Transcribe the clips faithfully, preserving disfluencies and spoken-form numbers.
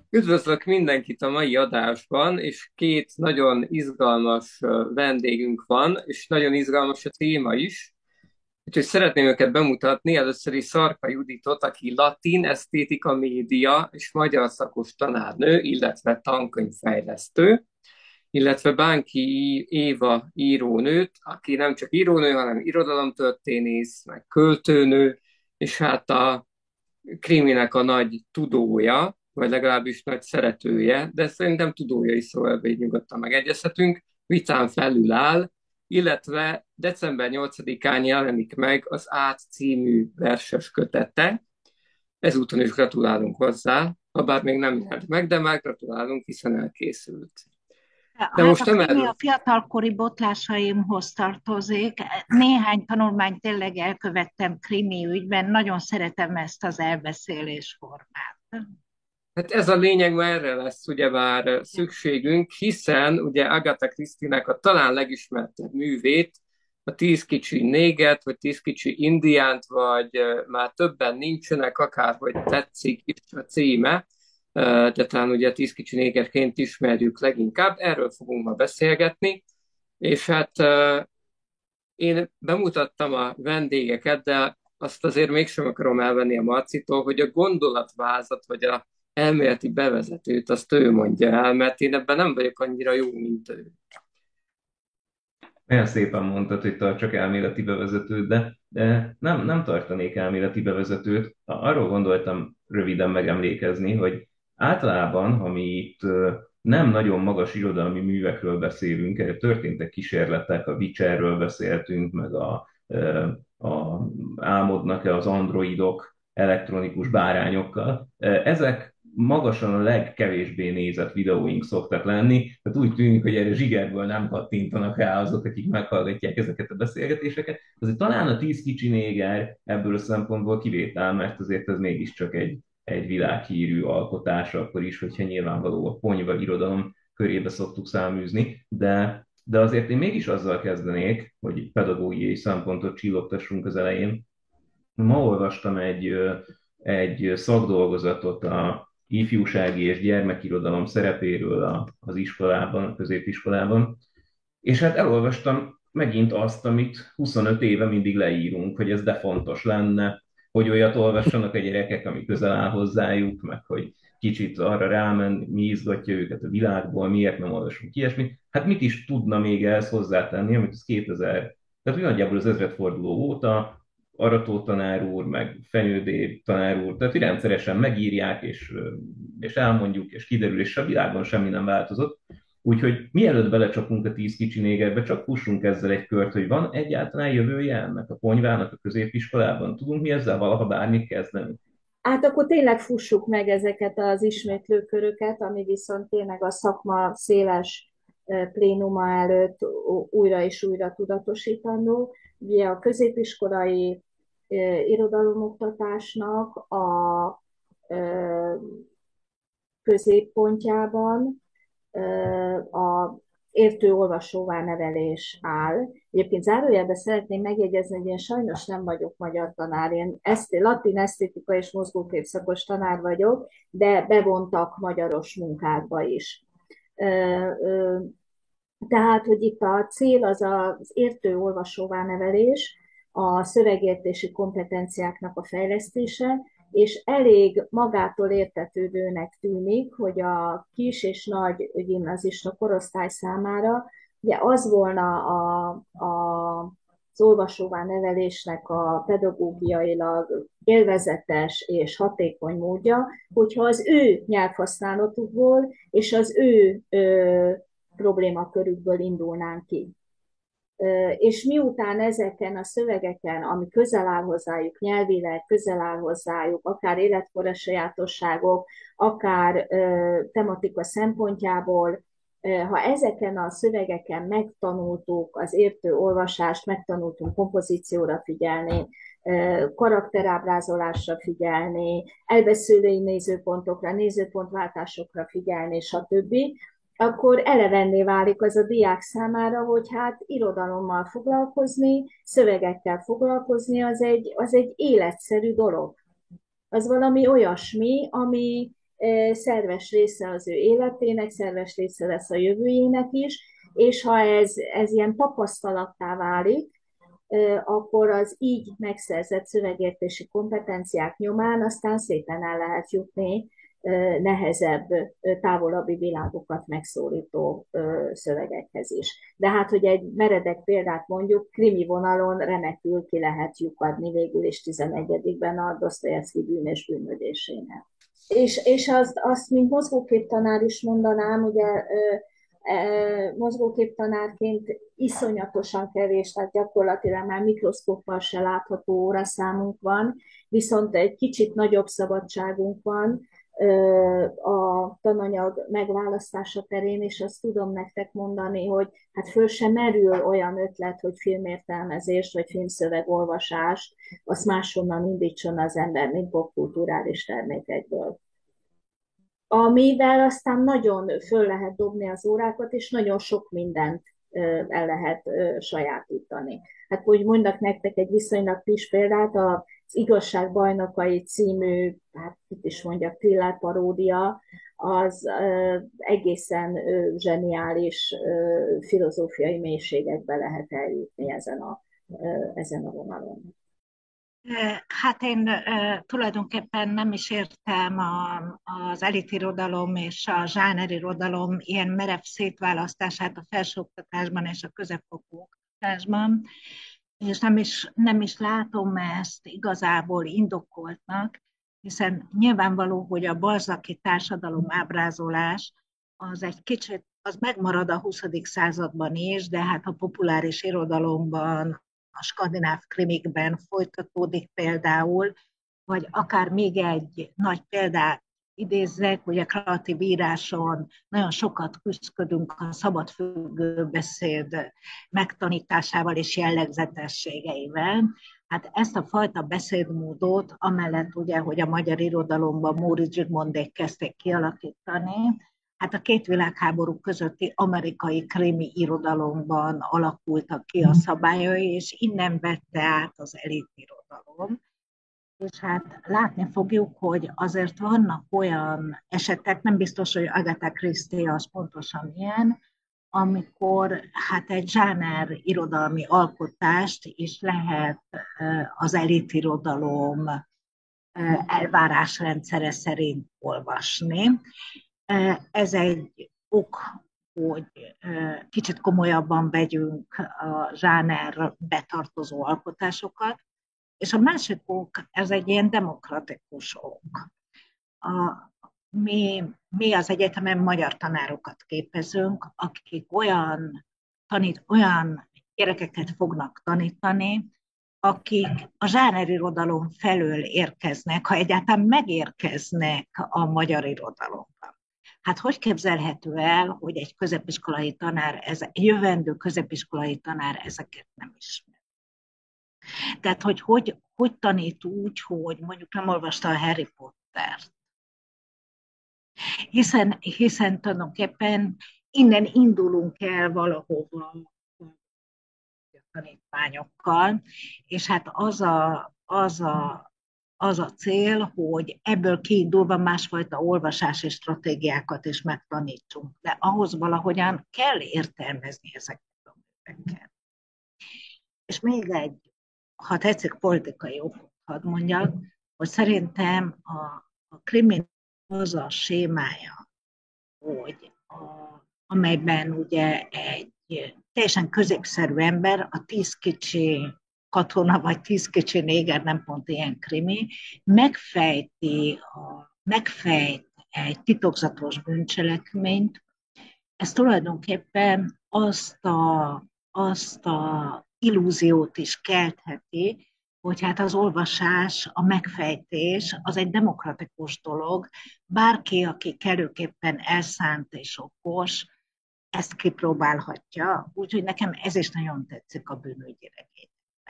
Üdvözlök mindenkit a mai adásban, és két nagyon izgalmas ö, vendégünk van, és nagyon izgalmas a téma is. Úgyhogy szeretném őket bemutatni. Először is Szarka Juditot, aki latin, esztétika, média és magyar szakos tanárnő, illetve tankönyvfejlesztő, illetve Bánki Éva írónőt, aki nem csak írónő, hanem irodalomtörténész, meg költőnő, és hát a kriminek a nagy tudója, vagy legalábbis nagy szeretője, de szerintem tudója is, szóval ebbe így nyugodtan megegyezhetünk, vitán felül áll, illetve december nyolcadikán jelenik meg az Át című verses kötete. Ezúton is gratulálunk hozzá, ha bár még nem jelent meg, de már gratulálunk, hiszen elkészült. De Hát a most nem krimi erről. a fiatalkori botlásaimhoz tartozik. Néhány tanulmányt tényleg elkövettem krimi ügyben. Nagyon szeretem ezt az elbeszélésformát. Hát ez a lényeg, mert erre lesz ugyebár szükségünk, hiszen ugye Agatha Christie-nek a talán legismertebb művét, a Tíz kicsi néget, vagy Tíz kicsi indiánt, vagy uh, már többen nincsenek, akárhogy tetszik is a címe, uh, de talán ugye Tíz kicsi négerként ismerjük leginkább, erről fogunk ma beszélgetni, és hát uh, én bemutattam a vendégeket, de azt azért mégsem akarom elvenni a Marcitól, hogy a gondolatvázat, vagy a elméleti bevezetőt, azt ő mondja el, mert én ebben nem vagyok annyira jó, mint ő. Olyan szépen mondtad, hogy tartsak elméleti bevezetőt, de, de nem, nem tartanék elméleti bevezetőt. Arról gondoltam röviden megemlékezni, hogy általában, ha mi itt ö, nem nagyon magas irodalmi művekről beszélünk, erre történtek kísérletek, a Witcherről beszéltünk, meg a, ö, a álmodnak-e az androidok elektronikus bárányokkal. Ezek magasan a legkevésbé nézett videóink szoktak lenni, tehát úgy tűnik, hogy erre zsigerből nem kattintanak rá azok, akik meghallgatják ezeket a beszélgetéseket. Azért talán a Tíz kicsi néger ebből a szempontból kivétel, mert azért ez mégiscsak egy, egy világhírű alkotás, akkor is, hogyha nyilvánvaló a ponyva irodalom körébe szoktuk száműzni, de, de azért én mégis azzal kezdenék, hogy pedagógiai szempontot csillogtassunk az elején. Ma olvastam egy, egy szakdolgozatot a ifjúsági és gyermekirodalom szerepéről a, az iskolában, a középiskolában, és hát elolvastam megint azt, amit huszonöt éve mindig leírunk, hogy ez de fontos lenne, hogy olyat olvassanak a gyerekek, ami közel áll hozzájuk, meg hogy kicsit arra rámen, mi izgatja őket a világból, miért nem olvasunk ilyesmit. Hát mit is tudna még ehhez hozzátenni, amit az kétezer, tehát nagyjából az ezredforduló óta Arató tanár úr, meg Fenyődé tanár úr, tehát hogy rendszeresen megírják, és, és elmondjuk, és kiderül, és a világon semmi nem változott. Úgyhogy mielőtt belecsapunk a Tíz kicsi négerbe, csak fussunk ezzel egy kört, hogy van egyáltalán jövője ennek a ponyvának a középiskolában. Tudunk mi ezzel valaha bármit kezdeni? Hát akkor tényleg fussuk meg ezeket az ismétlőköröket, ami viszont tényleg a szakma széles plénuma előtt újra és újra tudatosítandó. Ugye a középiskolai irodalomoktatásnak a középpontjában a értő olvasóvá nevelés áll. Egyébként zárójelben szeretném megjegyezni, hogy én sajnos nem vagyok magyar tanár, én ezt, latin esztétika és mozgókép szakos tanár vagyok, de bevontak magyaros munkákba is. Tehát, hogy itt a cél az az értő olvasóvá nevelés, a szövegértési kompetenciáknak a fejlesztése, és elég magától értetődőnek tűnik, hogy a kis és nagy gimnazista korosztály számára ugye az volna a, a, az olvasóvá nevelésnek a pedagógiailag élvezetes és hatékony módja, hogyha az ő nyelvhasználatukból és az ő ö, problémakörükből indulnánk ki. És miután ezeken a szövegeken, ami közel áll hozzájuk, nyelvileg közel áll hozzájuk, akár életkori sajátosságok, akár tematika szempontjából, ha ezeken a szövegeken megtanultuk az értő olvasást, megtanultunk kompozícióra figyelni, karakterábrázolásra figyelni, elbeszélői nézőpontokra, nézőpontváltásokra figyelni, stb., akkor elevenné válik az a diák számára, hogy hát irodalommal foglalkozni, szövegekkel foglalkozni, az egy, az egy életszerű dolog. Az valami olyasmi, ami szerves része az ő életének, szerves része lesz a jövőjének is, és ha ez, ez ilyen tapasztalattá válik, akkor az így megszerzett szövegértési kompetenciák nyomán aztán szépen el lehet jutni nehezebb, távolabbi világokat megszólító szövegekhez is. De hát, hogy egy meredek példát mondjuk, krimi vonalon remekül ki lehet lyukadni végül is tizenegyedikben a Dosztojevszky Bűn és bűnödésének. És, és azt, azt, mint mozgóképtanár is mondanám, ugye mozgóképtanárként iszonyatosan kevés, tehát gyakorlatilag már mikroszkóppal se látható óraszámunk van, viszont egy kicsit nagyobb szabadságunk van a tananyag megválasztása terén, és azt tudom nektek mondani, hogy hát föl sem merül olyan ötlet, hogy filmértelmezést vagy filmszövegolvasást, azt máshonnan indítson az ember, mint popkulturális termékekből. Amivel aztán nagyon föl lehet dobni az órákat, és nagyon sok mindent el lehet sajátítani. Hát, hogy mondjak nektek egy viszonylag friss példát, az Igazság bajnokai című, hát itt is mondjak, thriller paródia, az egészen zseniális filozófiai mélységekbe lehet eljutni ezen a, ezen a vonalon. Hát én uh, tulajdonképpen nem is értem a, az elitirodalom és a zsánerirodalom ilyen merev szétválasztását a felsőoktatásban és a középfokú oktatásban, és nem is, nem is látom ezt igazából indokoltnak, hiszen nyilvánvaló, hogy a balzaki társadalom ábrázolás az egy kicsit, az megmarad a huszadik században is, de hát a populáris irodalomban, a skandináv krimikben folytatódik például, vagy akár még egy nagy példát idézzek, ugye kreatív íráson nagyon sokat küzdködünk a szabadfüggő beszéd megtanításával és jellegzetességeivel. Hát ezt a fajta beszédmódot, amellett ugye, hogy a magyar irodalomban Móricz Zsigmondék kezdték kialakítani, hát a két világháború közötti amerikai krimi irodalomban alakultak ki a szabályai, és innen vette át az elitirodalom. És hát látni fogjuk, hogy azért vannak olyan esetek, nem biztos, hogy Agatha Christie az pontosan ilyen, amikor hát egy zsáner irodalmi alkotást is lehet az elitirodalom elvárásrendszere szerint olvasni. Ez egy ok, hogy kicsit komolyabban vegyünk a zsáner betartozó alkotásokat, és a másik ok, ez egy ilyen demokratikus ok. A, mi, mi az egyetemen magyar tanárokat képezünk, akik olyan, tanít, olyan gyerekeket fognak tanítani, akik a zsánerirodalom felől érkeznek, ha egyáltalán megérkeznek a magyar irodalomban. Hát hogy képzelhető el, hogy egy középiskolai tanár, ez, egy jövendő középiskolai tanár ezeket nem ismer? Tehát, hogy, hogy hogy tanít úgy, hogy mondjuk nem olvasta a Harry Pottert. Hiszen, hiszen tulajdonképpen innen indulunk el valahova a tanítványokkal, és hát az a, az a az a cél, hogy ebből kiindulva másfajta olvasási stratégiákat is megtanítsunk. De ahhoz valahogyan kell értelmezni ezeket a műveket. És még egy, ha tetszik, politikai okot hadd mondjak, hogy szerintem a, a krimi az a sémája, hogy a, amelyben ugye egy teljesen középszerű ember, a tíz kicsi katona vagy tíz kicsi néger, nem pont ilyen krimi, megfejti, a, megfejt egy titokzatos bűncselekményt. Ez tulajdonképpen azt a, azt a illúziót is keltheti, hogy hát az olvasás, a megfejtés az egy demokratikus dolog. Bárki, aki kellőképpen elszánt és okos, ezt kipróbálhatja. Úgyhogy nekem ez is nagyon tetszik a bűnügyi regény.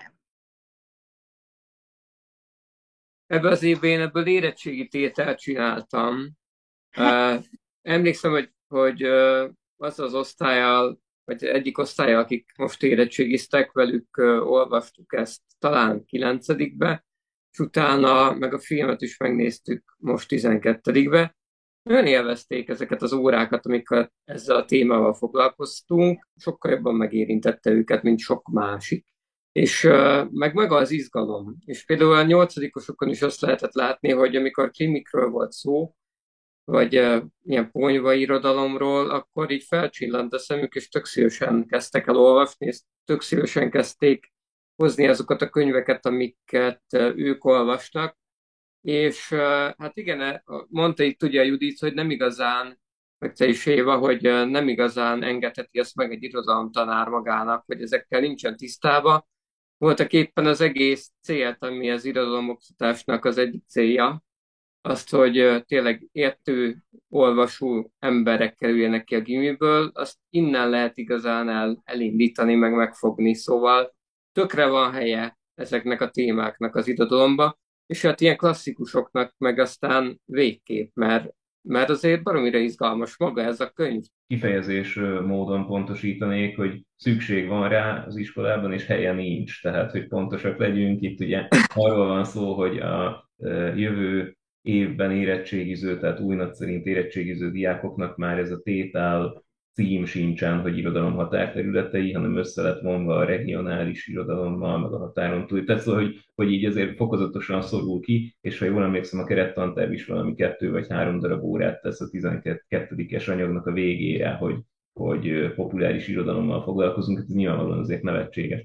Ebben az évben én ebből érettségi tételt csináltam. Uh, emlékszem, hogy, hogy uh, az az osztályal, vagy egyik osztályal, akik most érettségiztek, velük uh, olvastuk ezt talán kilencedikbe, és utána meg a filmet is megnéztük most tizenkettedikbe, Nagyon élvezték ezeket az órákat, amikor ezzel a témával foglalkoztunk, sokkal jobban megérintette őket, mint sok másik. És uh, meg meg az izgalom. És például a nyolcadikosokon is azt lehetett látni, hogy amikor krimikről volt szó, vagy uh, ilyen ponyva irodalomról, akkor így felcsillant a szemük, és tök szívesen kezdtek el olvasni, és tök szívesen kezdték hozni azokat a könyveket, amiket uh, ők olvastak. És uh, hát igen, e- mondta itt ugye Judit, hogy nem igazán, meg te is Éva, hogy uh, nem igazán engedheti azt meg egy irodalomtanár magának, hogy ezekkel nincsen tisztában. Voltak éppen az egész célt, ami az irodalomoktatásnak az egyik célja, azt, hogy uh, tényleg értő, olvasó emberek kerüljenek ki a gimiből, azt innen lehet igazán el, elindítani, meg megfogni. Szóval tökre van helye ezeknek a témáknak az irodalomba, és hát ilyen klasszikusoknak meg aztán végképp, mert, mert azért baromira izgalmas maga ez a könyv. Kifejezés módon pontosítanék, hogy szükség van rá az iskolában, és helye nincs. Tehát, hogy pontosak legyünk, itt ugye arról van szó, hogy a jövő évben érettségiző, tehát új nap szerint érettségiző diákoknak már ez a tétel cím sincsen, hogy irodalom határterületei, hanem össze lett vonva a regionális irodalommal, meg a határon túl. Tehát szóval, hogy, hogy így azért fokozatosan szorul ki, és ha jól emlékszem, a kerettanterv is valami kettő vagy három darab órát tesz a tizenkettődikes anyagnak a végére, hogy, hogy populáris irodalommal foglalkozunk, ez nyilvánvalóan azért nevetséges.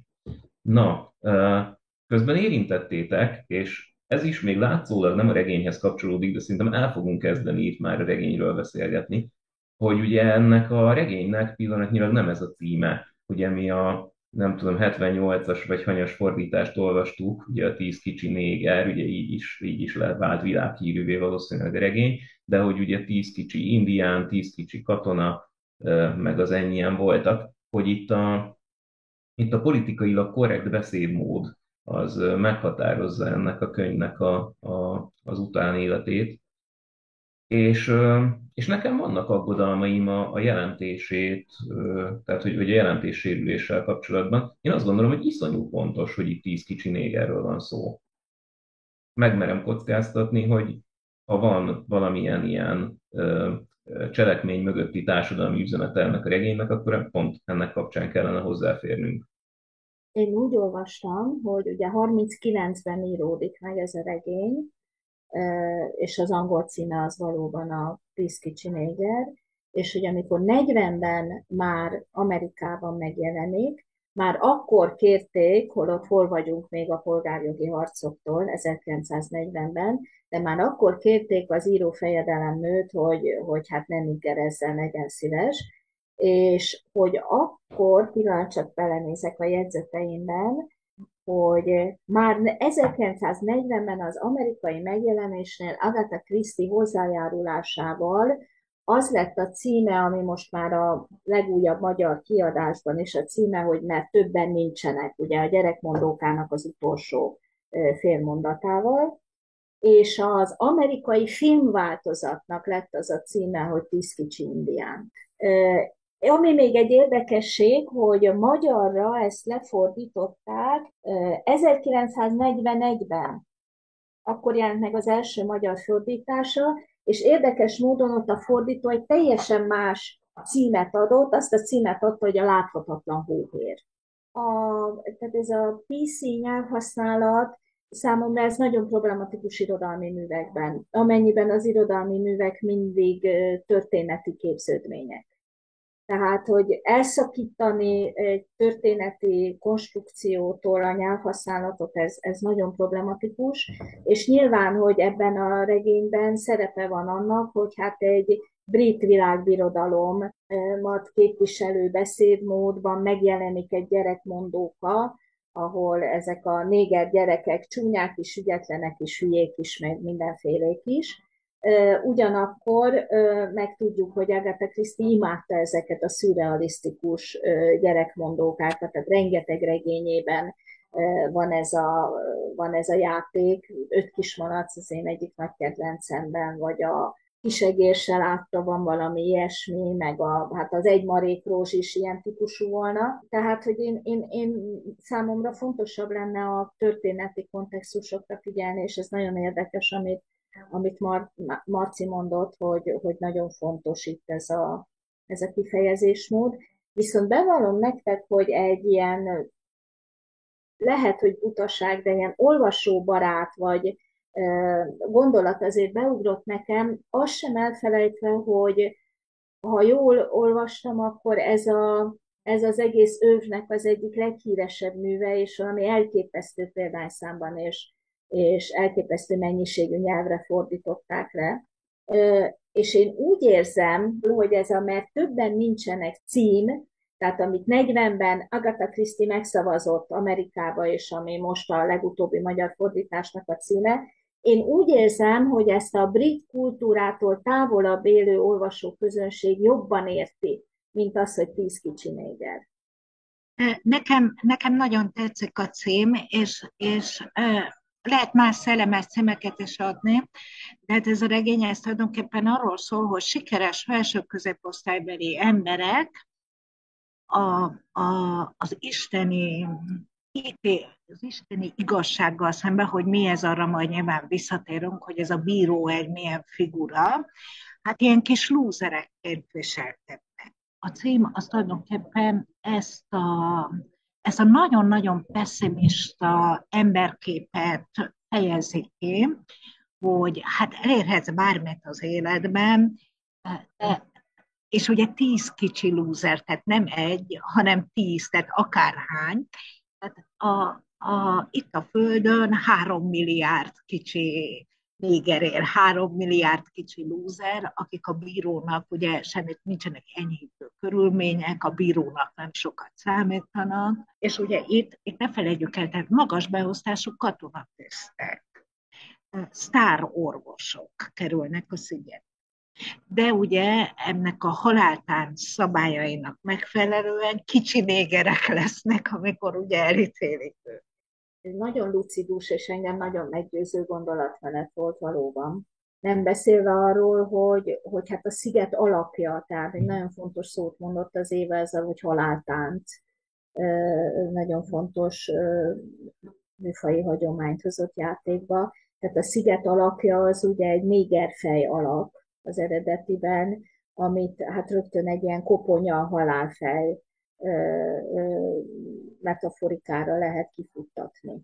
Na, közben érintettétek, és ez is még látszólag nem a regényhez kapcsolódik, de szerintem el fogunk kezdeni itt már a regényről beszélgetni, hogy ugye ennek a regénynek pillanatnyilag nem ez a címe. Ugye mi a, nem tudom, hetvennyolcas vagy hanyas fordítást olvastuk, ugye a Tíz kicsi néger, ugye így is, így is vált világhírűvé valószínűleg a regény, de hogy ugye Tíz kicsi indián, Tíz kicsi katona, meg az ennyien voltak, hogy itt a, itt a politikailag korrekt beszédmód az meghatározza ennek a könyvnek a, a, az utánéletét. És, és nekem vannak aggodalmaim a, a jelentését, tehát hogy, hogy a jelentés sérüléssel kapcsolatban. Én azt gondolom, hogy iszonyú fontos, hogy itt tíz kicsi négerről van szó. Megmerem kockáztatni, hogy ha van valamilyen ilyen ö, cselekmény mögötti társadalmi üzenete ennek a regénynek, akkor pont ennek kapcsán kellene hozzáférnünk. Én úgy olvastam, hogy ugye harminckilencben íródik meg ez a regény, és az angol címe az valóban a Tíz kicsi néger, és hogy amikor negyvenben már Amerikában megjelenik, már akkor kérték, holott hol vagyunk még a polgárjogi harcoktól, ezerkilencszáznegyvenben, de már akkor kérték az író fejedelem hogy, hogy hát nem ingerezzen, legyen szíves, és hogy akkor, pillanat csak belenézek a jegyzeteimben, hogy már ezerkilencszáznegyvenben az amerikai megjelenésnél Agatha Christie hozzájárulásával az lett a címe, ami most már a legújabb magyar kiadásban is a címe, hogy mert többen nincsenek, ugye a gyerekmondókának az utolsó félmondatával, és az amerikai filmváltozatnak lett az a címe, hogy Tíz kicsi indián. Ami még egy érdekesség, hogy a magyarra ezt lefordították ezerkilencszáznegyvenegyben. Akkor jelent meg az első magyar fordítása, és érdekes módon ott a fordító egy teljesen más címet adott, azt a címet adta, hogy a láthatatlan hóhér. A, tehát ez a pé cé nyelvhasználat számomra ez nagyon problematikus irodalmi művekben, amennyiben az irodalmi művek mindig történeti képződmények. Tehát, hogy elszakítani egy történeti konstrukciótól a nyelvhasználatot, ez, ez nagyon problematikus, és nyilván, hogy ebben a regényben szerepe van annak, hogy hát egy brit világbirodalomat képviselő beszédmódban megjelenik egy gyerekmondóka, ahol ezek a néger gyerekek csúnyák is, ügyetlenek is, hülyék is, meg mindenfélék is. Ugyanakkor meg tudjuk, hogy Agatha Christie imádta ezeket a szürrealisztikus gyerekmondókat, tehát rengeteg regényében van ez a, van ez a játék, Öt kismalac az én egyik nagy kedvencemben, vagy a Kisegérse látta, van valami ilyesmi, meg a, hát az Egy marék rózs is ilyen típusú volna. Tehát, hogy én, én, én számomra fontosabb lenne a történeti kontextusokra figyelni, és ez nagyon érdekes, amit amit Mar- Marci mondott, hogy, hogy nagyon fontos itt ez a, ez a kifejezésmód. Viszont bevallom nektek, hogy egy ilyen, lehet, hogy butaság, de ilyen olvasóbarát, vagy gondolat azért beugrott nekem, azt sem elfelejtve, hogy ha jól olvastam, akkor ez, a, ez az egész övnek az egyik leghíresebb műve, és valami elképesztő példányszámban, és, és elképesztő mennyiségű nyelvre fordították le. És én úgy érzem, hogy ez a mert többen nincsenek cím, tehát amit negyvenben Agatha Christie megszavazott Amerikába, és ami most a legutóbbi magyar fordításnak a címe, én úgy érzem, hogy ezt a brit kultúrától távolabb élő olvasóközönség jobban érti, mint az, hogy tíz kicsi néger. Nekem, nekem nagyon tetszik a cím, és, és lehet más szellemes címeket is adni, de hát ez a regény ez tulajdonképpen arról szól, hogy sikeres felső-középosztálybeli emberek a, a, az isteni az isteni igazsággal szemben, hogy mi ez, arra majd nyilván visszatérünk, hogy ez a bíró egy milyen figura, hát ilyen kis lúzerekként viselkednek. A cím az tulajdonképpen ezt a, ezt a nagyon-nagyon pessimista emberképet fejezi ki, hogy hát elérhetsz bármit az életben, de, és ugye tíz kicsi lúzer, tehát nem egy, hanem tíz, tehát akárhány. Tehát a, a, itt a Földön három milliárd kicsi néger él, három milliárd kicsi lúzer, akik a bírónak ugye semmit nincsenek enyhítő körülmények, a bírónak nem sokat számítanak, és ugye itt, itt ne felejtjük el, tehát magas beosztású katonatisztek, sztár orvosok kerülnek a szigetre. De ugye ennek a haláltánc szabályainak megfelelően kicsi négerek lesznek, amikor ugye elítélik őt. Ez nagyon lucidus, és engem nagyon meggyőző gondolatmenet volt valóban. Nem beszélve arról, hogy, hogy hát a sziget alapja, tehát egy nagyon fontos szót mondott az Éva ezzel, hogy haláltánc. Nagyon fontos műfaji hagyományt hozott játékba. Tehát a sziget alapja az ugye egy négerfej alap az eredetiben, amit hát rögtön egy ilyen koponya halálfej metaforikára lehet kifuttatni.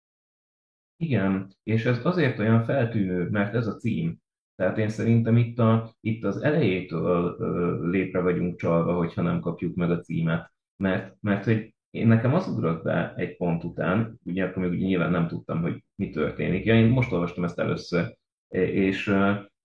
Igen, és ez azért olyan feltűnő, mert ez a cím. Tehát én szerintem itt, a, itt az elejétől ö, lépre vagyunk csalva, hogyha nem kapjuk meg a címet. Mert, mert hogy én nekem az ugrott be egy pont után, ugye akkor még ugye nyilván nem tudtam, hogy mi történik. Ja, én most olvastam ezt először, és,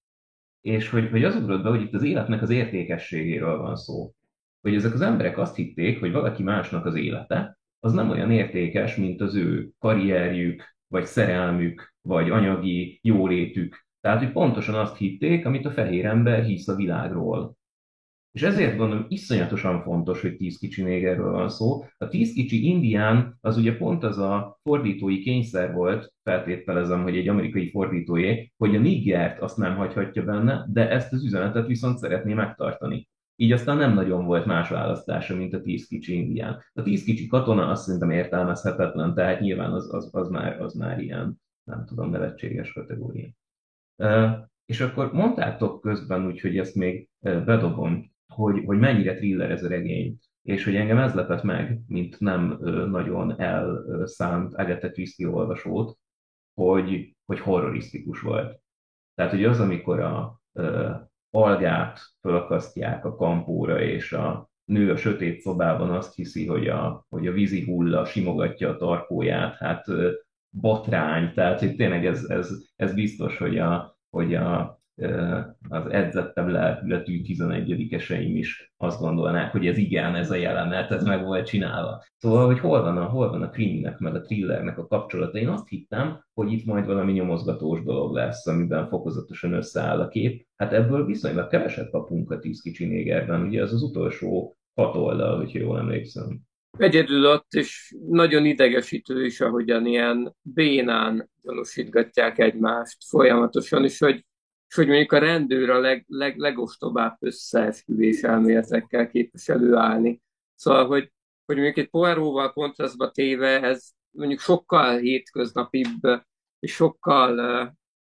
és hogy, hogy az ugrott be, hogy itt az életnek az értékességéről van szó. Hogy ezek az emberek azt hitték, hogy valaki másnak az élete, az nem olyan értékes, mint az ő karrierjük, vagy szerelmük, vagy anyagi jólétük. Tehát, hogy pontosan azt hitték, amit a fehér ember hisz a világról. És ezért gondolom iszonyatosan fontos, hogy tíz kicsi négerről van szó. A tíz kicsi indián az ugye pont az a fordítói kényszer volt, feltételezem, hogy egy amerikai fordítóé, hogy a nigert azt nem hagyhatja benne, de ezt az üzenetet viszont szeretné megtartani. Így aztán nem nagyon volt más választása, mint a tíz kicsi indián. A tíz kicsi katona azt szerintem értelmezhetetlen, tehát nyilván az, az, az, már, az már ilyen, nem tudom, nevetséges kategória. Uh, és akkor mondtátok közben, úgyhogy ezt még uh, bedobom, hogy, hogy mennyire thriller ez a regény, és hogy engem ez lepett meg, mint nem uh, nagyon elszánt Agatha Christie olvasót, hogy, hogy horrorisztikus volt. Tehát, hogy az, amikor a uh, algát fölakasztják a kampóra, és a nő a sötét szobában azt hiszi, hogy a, hogy a vízi hulla simogatja a tarkóját, hát uh, botrány, tehát hogy tényleg ez, ez, ez biztos, hogy, a, hogy a, az edzettebb lelkületű tizenegyedikeseim is azt gondolnák, hogy ez igen, ez a jelenet, ez meg volt csinálva. Szóval, hogy hol van a, hol van a kriminek, meg a thrillernek a kapcsolata. Én azt hittem, hogy itt majd valami nyomozgatós dolog lesz, amiben fokozatosan összeáll a kép. Hát ebből viszonylag keveset kapunk a tíz kicsi négerben, ugye az az utolsó hat oldal, hogyha jól emlékszem. Egyedül ott, és nagyon idegesítő is, ahogyan ilyen bénán gyanúsítgatják egymást folyamatosan, és hogy, és hogy mondjuk a rendőr a leg, leg, legostobább összeesküvés elméletekkel képes előállni. Szóval, hogy, hogy mondjuk egy Poiróval kontrasztba téve, ez mondjuk sokkal hétköznapibb, és sokkal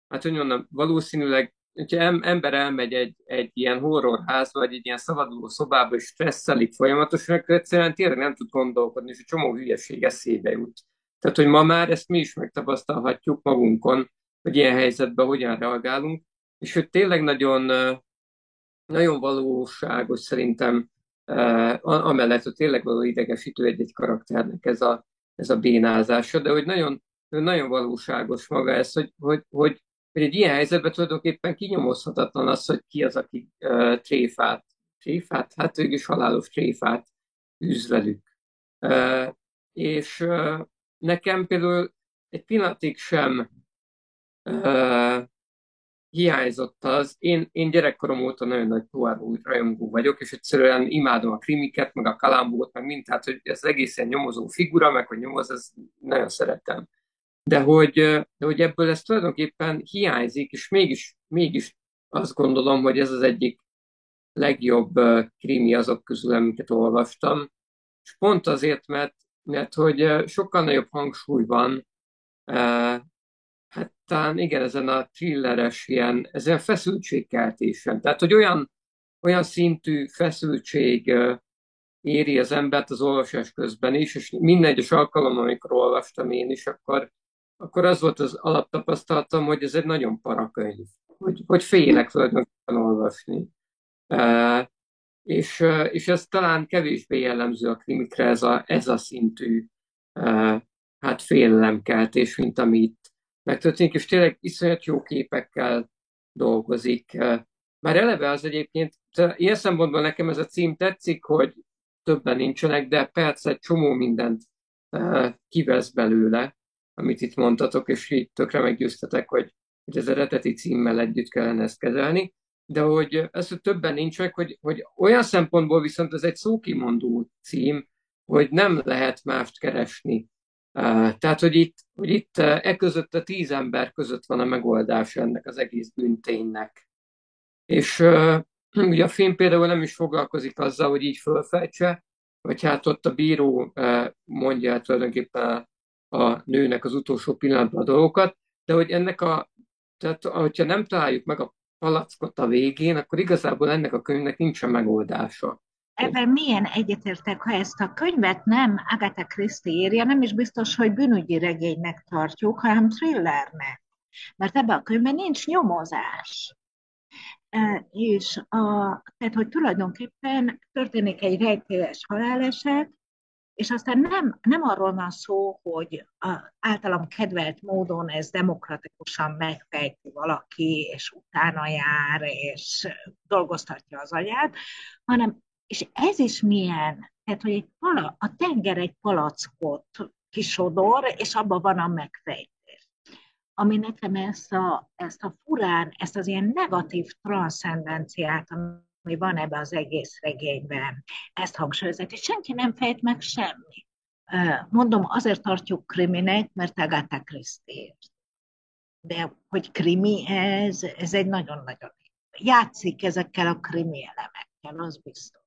hát hogy mondom, valószínűleg, hogyha em- ember elmegy egy, egy ilyen horrorházba, vagy egy ilyen szabaduló szobába, és stresszelik folyamatosan, akkor egyszerűen tényleg nem tud gondolkodni, és egy csomó hülyeség eszébe jut. Tehát, hogy ma már ezt mi is megtapasztalhatjuk magunkon, hogy ilyen helyzetben hogyan reagálunk, és hogy tényleg nagyon, ö, nagyon valóságos szerintem, eh, a- amellett, hogy tényleg való idegesítő egy-egy karakternek ez a, ez a bénázása, de hogy nagyon, nagyon valóságos maga ez, hogy, hogy, hogy, hogy egy ilyen helyzetben tulajdonképpen kinyomozhatatlan az, hogy ki az, aki uh, tréfát, tréfát, hát ők is halálos tréfát űz velük. Uh, és uh, nekem például egy pillanatig sem uh, hiányzott az. Én, én gyerekkorom óta nagyon nagy Poirot rajongó vagyok, és egyszerűen imádom a krimiket, meg a kalambót, meg mind, tehát hogy ez egészen nyomozó figura, meg hogy nyomoz, ez nagyon szeretem. De hogy, de hogy ebből ez tulajdonképpen hiányzik, és mégis, mégis azt gondolom, hogy ez az egyik legjobb krimi azok közül, amiket olvastam. És pont azért, mert, mert hogy sokkal nagyobb hangsúly van, hát talán igen, ezen a thrilleres ilyen, ezen a feszültségkeltésen. Tehát, hogy olyan, olyan szintű feszültség ö, éri az embert az olvasás közben is, és minden egyes alkalommal, amikor olvastam én is, akkor, akkor az volt az alaptapasztalatom, hogy ez egy nagyon parakönyv, hogy, hogy félek tulajdonképpen olvasni. E, és, ö, és ez talán kevésbé jellemző a krimikre, ez a, ez a szintű e, hát félelemkeltés, mint amit megtörténik, és tényleg iszonyat jó képekkel dolgozik. Már eleve az egyébként, ilyen szempontból nekem ez a cím tetszik, hogy többen nincsenek, de persze egy csomó mindent eh, kivesz belőle, amit itt mondtatok, és így tökre meggyőztetek, hogy, hogy az eredeti címmel együtt kellene ezt kezelni, de hogy ez, hogy többen nincsenek, hogy, hogy olyan szempontból viszont ez egy szókimondó cím, hogy nem lehet mást keresni. Uh, tehát, hogy itt, hogy itt uh, e között a tíz ember között van a megoldás ennek az egész bűnténynek. És uh, ugye a film például nem is foglalkozik azzal, hogy így fölfejtse, vagy hát ott a bíró uh, mondja el tulajdonképpen a, a nőnek az utolsó pillanatban a dolgokat, de hogy ennek a, tehát hogyha nem találjuk meg a palackot a végén, akkor igazából ennek a könyvnek nincsen megoldása. Ebben milyen egyetértek, ha ezt a könyvet nem Agatha Christie írja, nem is biztos, hogy bűnügyi regénynek tartjuk, hanem thrillernek. Mert ebben a könyvben nincs nyomozás. E, és a, tehát, hogy tulajdonképpen történik egy rejtélyes haláleset, és aztán nem, nem arról van szó, hogy a, általam kedvelt módon ez demokratikusan megfejti valaki, és utána jár, és dolgoztatja az agyát, hanem, és ez is milyen, tehát, hogy egy pala, a tenger egy palackot kisodor, és abban van a megfejtés. Ami nekem ezt a, ezt a furán, ezt az ilyen negatív transzcendenciát, ami van ebben az egész regényben, ezt hangsúlyozott, és senki nem fejt meg semmit. Mondom, azért tartjuk kriminek, mert Agatha Christie. De hogy krimi ez, ez egy nagyon-nagyon játszik ezekkel a krimi elemekkel, az biztos.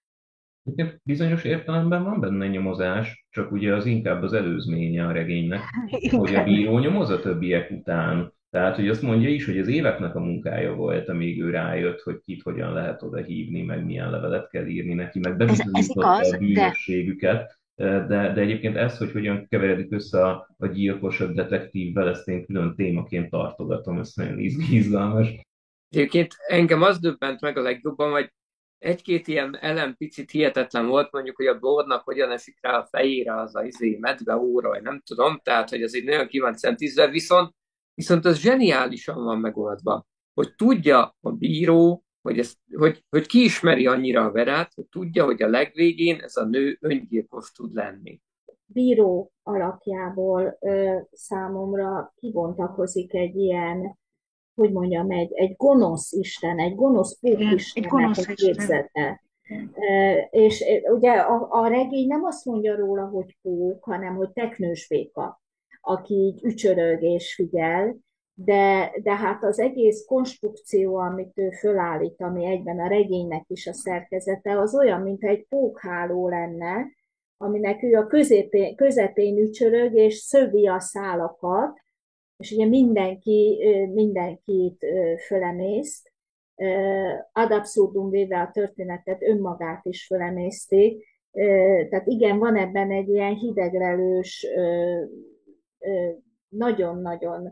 Bizonyos értelemben van benne nyomozás, csak ugye az inkább az előzménye a regénynek, Igen. hogy a bíró nyomoz a többiek után. Tehát, hogy azt mondja is, hogy az éveknek a munkája volt, amíg ő rájött, hogy kit hogyan lehet oda hívni, meg milyen levelet kell írni neki, meg Ez, ez bebizonyította igaz, a de bűnösségüket. De, de egyébként ez, hogy hogyan keveredik össze a, a gyilkos a detektívvel, ezt én külön témaként tartogatom, ez nagyon izg- izgalmas. Egyébként engem az döbbent meg a legjobban, hogy egy-két ilyen elem picit hihetetlen volt, mondjuk, hogy a Blordnak hogyan esik rá a fejére az a izé, medve óra, vagy nem tudom, tehát, hogy az egy nagyon ki van centízve, viszont, viszont az zseniálisan van megoldva, hogy tudja a bíró, hogy, ezt, hogy, hogy kiismeri annyira a verát, hogy tudja, hogy a legvégén ez a nő öngyilkos tud lenni. Bíró alakjából ö, számomra kibontakozik egy ilyen, hogy mondjam, egy, egy gonosz isten, egy gonosz pókistennek a képzete. E, és ugye a, a regény nem azt mondja róla, hogy pók, hanem hogy teknős béka, aki így ücsörög és figyel, de, de hát az egész konstrukció, amit ő fölállít, ami egyben a regénynek is a szerkezete, az olyan, mintha egy pókháló lenne, aminek ő a középén, közepén ücsörög és szövi a szálakat, És ugye mindenki, mindenkit fölemészt, ad absurdum véve a történetet, önmagát is fölemészték. Tehát igen, van ebben egy ilyen hidegrelős, nagyon-nagyon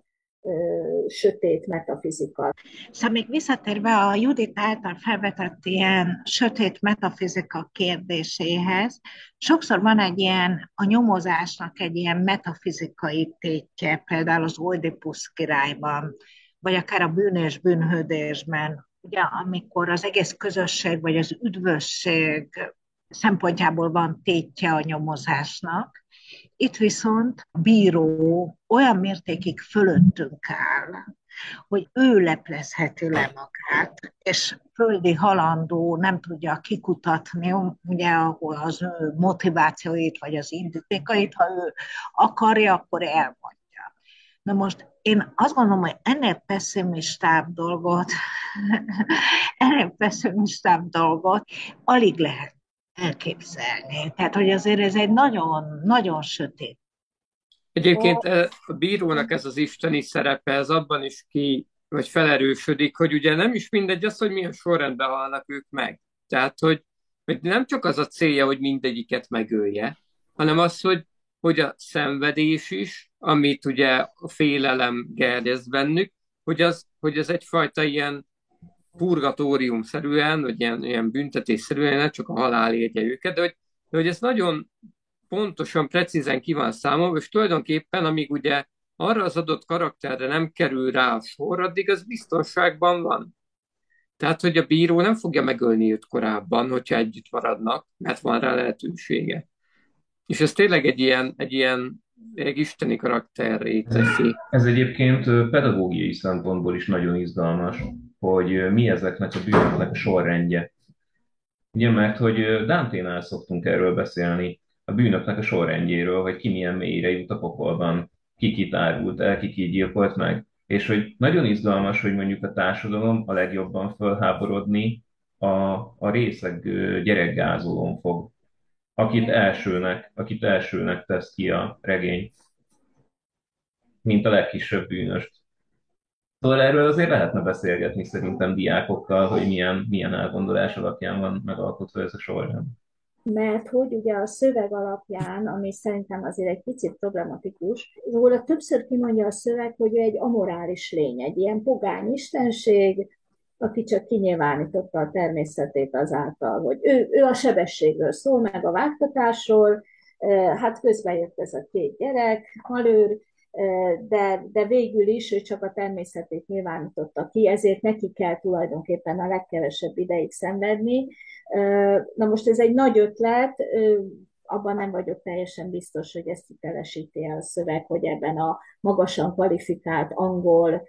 sötét metafizika. Szóval még visszatérve a Judit által felvetett ilyen sötét metafizika kérdéséhez, sokszor van egy ilyen, a nyomozásnak egy ilyen metafizikai tétje, például az Oidipusz királyban, vagy akár a Bűn és bűnhődésben, ugye, amikor az egész közösség, vagy az üdvösség szempontjából van tétje a nyomozásnak. Itt viszont a bíró olyan mértékig fölöttünk áll, hogy ő leplezheti le magát, és földi halandó nem tudja kikutatni, ugye, ahol az ő motivációit, vagy az indítékait, ha ő akarja, akkor elmondja. Na most én azt gondolom, hogy ennél pessimistább dolgot, ennél pessimistább dolgot alig lehet elképzelni. Tehát, hogy azért ez egy nagyon, nagyon sötét. Egyébként a bírónak ez az isteni szerepe, ez abban is ki, vagy felerősödik, hogy ugye nem is mindegy az, hogy milyen sorrendben halnak ők meg. Tehát, hogy, hogy nem csak az a célja, hogy mindegyiket megölje, hanem az, hogy, hogy a szenvedés is, amit ugye a félelem gerjeszt bennük, hogy az, hogy az egyfajta ilyen purgatórium-szerűen, vagy ilyen, ilyen büntetés-szerűen, nem csak a halál érje őket, de hogy, de hogy ez nagyon pontosan, precízen ki van számolva, és tulajdonképpen, amíg ugye arra az adott karakterre nem kerül rá a sor, addig az biztonságban van. Tehát, hogy a bíró nem fogja megölni őt korábban, hogyha együtt maradnak, mert van rá lehetősége. És ez tényleg egy ilyen, egy ilyen egy isteni karakterré teszi. Ez egyébként pedagógiai szempontból is nagyon izgalmas, hogy mi ezeknek a bűnöknek a sorrendje. Ugye, mert hogy Danténál szoktunk erről beszélni, a bűnöknek a sorrendjéről, hogy ki milyen mélyre jut a pokolban, ki kit árult el, ki ki gyilkolt meg. És hogy nagyon izgalmas, hogy mondjuk a társadalom a legjobban fölháborodni a, a részeg gyerekgázolón fog, akit elsőnek, akit elsőnek tesz ki a regény, mint a legkisebb bűnöst. Szóval erről azért lehetne beszélgetni szerintem diákokkal, hogy milyen, milyen elgondolás alapján van megalkotva ez a sorrend. Mert hogy ugye a szöveg alapján, ami szerintem azért egy picit problematikus, róla többször kimondja a szöveg, hogy ő egy amorális lény, egy ilyen pogány istenség, aki csak kinyilvánította a természetét azáltal, hogy ő, ő a sebességről szól, meg a vágtatásról, hát közben jött ez a két gyerek, Malőr, de, de végül is ő csak a természetét nyilvánította ki, ezért neki kell tulajdonképpen a legkevesebb ideig szenvedni. Na most ez egy nagy ötlet, abban nem vagyok teljesen biztos, hogy ezt hitelesíti a szöveg, hogy ebben a magasan kvalifikált angol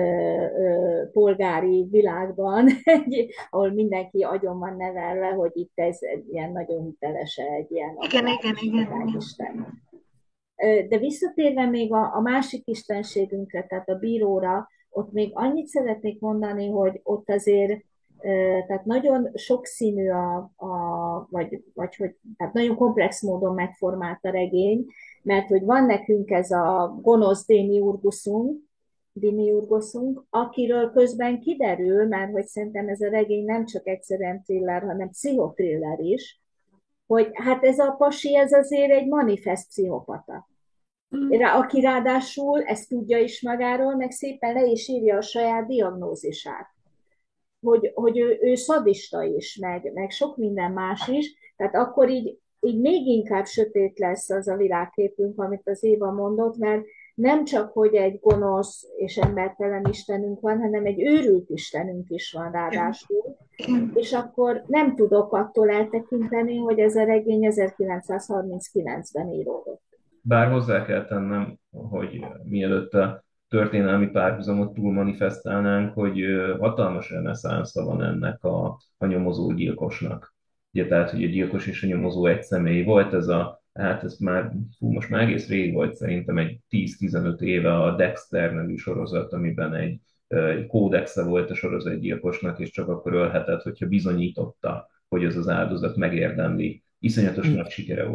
polgári világban, ahol mindenki agyon van nevelve, hogy itt ez egy ilyen nagyon hiteles, egy ilyen igen, igen, igen. Isten. De visszatérve még a, a másik istenségünkre, tehát a bíróra, ott még annyit szeretnék mondani, hogy ott azért tehát nagyon sokszínű a, a vagy, vagy hogy, tehát nagyon komplex módon megformált a regény, mert hogy van nekünk ez a gonosz Démiurgusunk, Demiurgosunk, akiről közben kiderül, mert hogy szerintem ez a regény nem csak egyszerűen thriller, hanem pszichotriller is, hogy hát ez a pasi, ez azért egy manifest pszichopata. Aki ráadásul ezt tudja is magáról, meg szépen le is írja a saját diagnózisát. Hogy, hogy ő, ő szadista is, meg, meg sok minden más is, tehát akkor így, így még inkább sötét lesz az a világképünk, amit az Éva mondott, mert nem csak, hogy egy gonosz és embertelen istenünk van, hanem egy őrült istenünk is van ráadásul, és akkor nem tudok attól eltekinteni, hogy ez a regény ezerkilencszázharminckilencben íródott. Bár hozzá kell tennem, hogy mielőtt a történelmi párhuzamot túl manifestálnánk, hogy hatalmas reneszánsza van ennek a, a nyomozó gyilkosnak. Ugye, tehát, hogy a gyilkos és a nyomozó egy személy volt, ez a, hát ez már, fú, most már egész rég volt szerintem egy tíz-tizenöt éve a Dexter nevű sorozat, amiben egy, egy kódexe volt a sorozatgyilkosnak, és csak akkor ölhetett, hogyha bizonyította, hogy ez az áldozat megérdemli. Iszonyatos nagy sikere volt.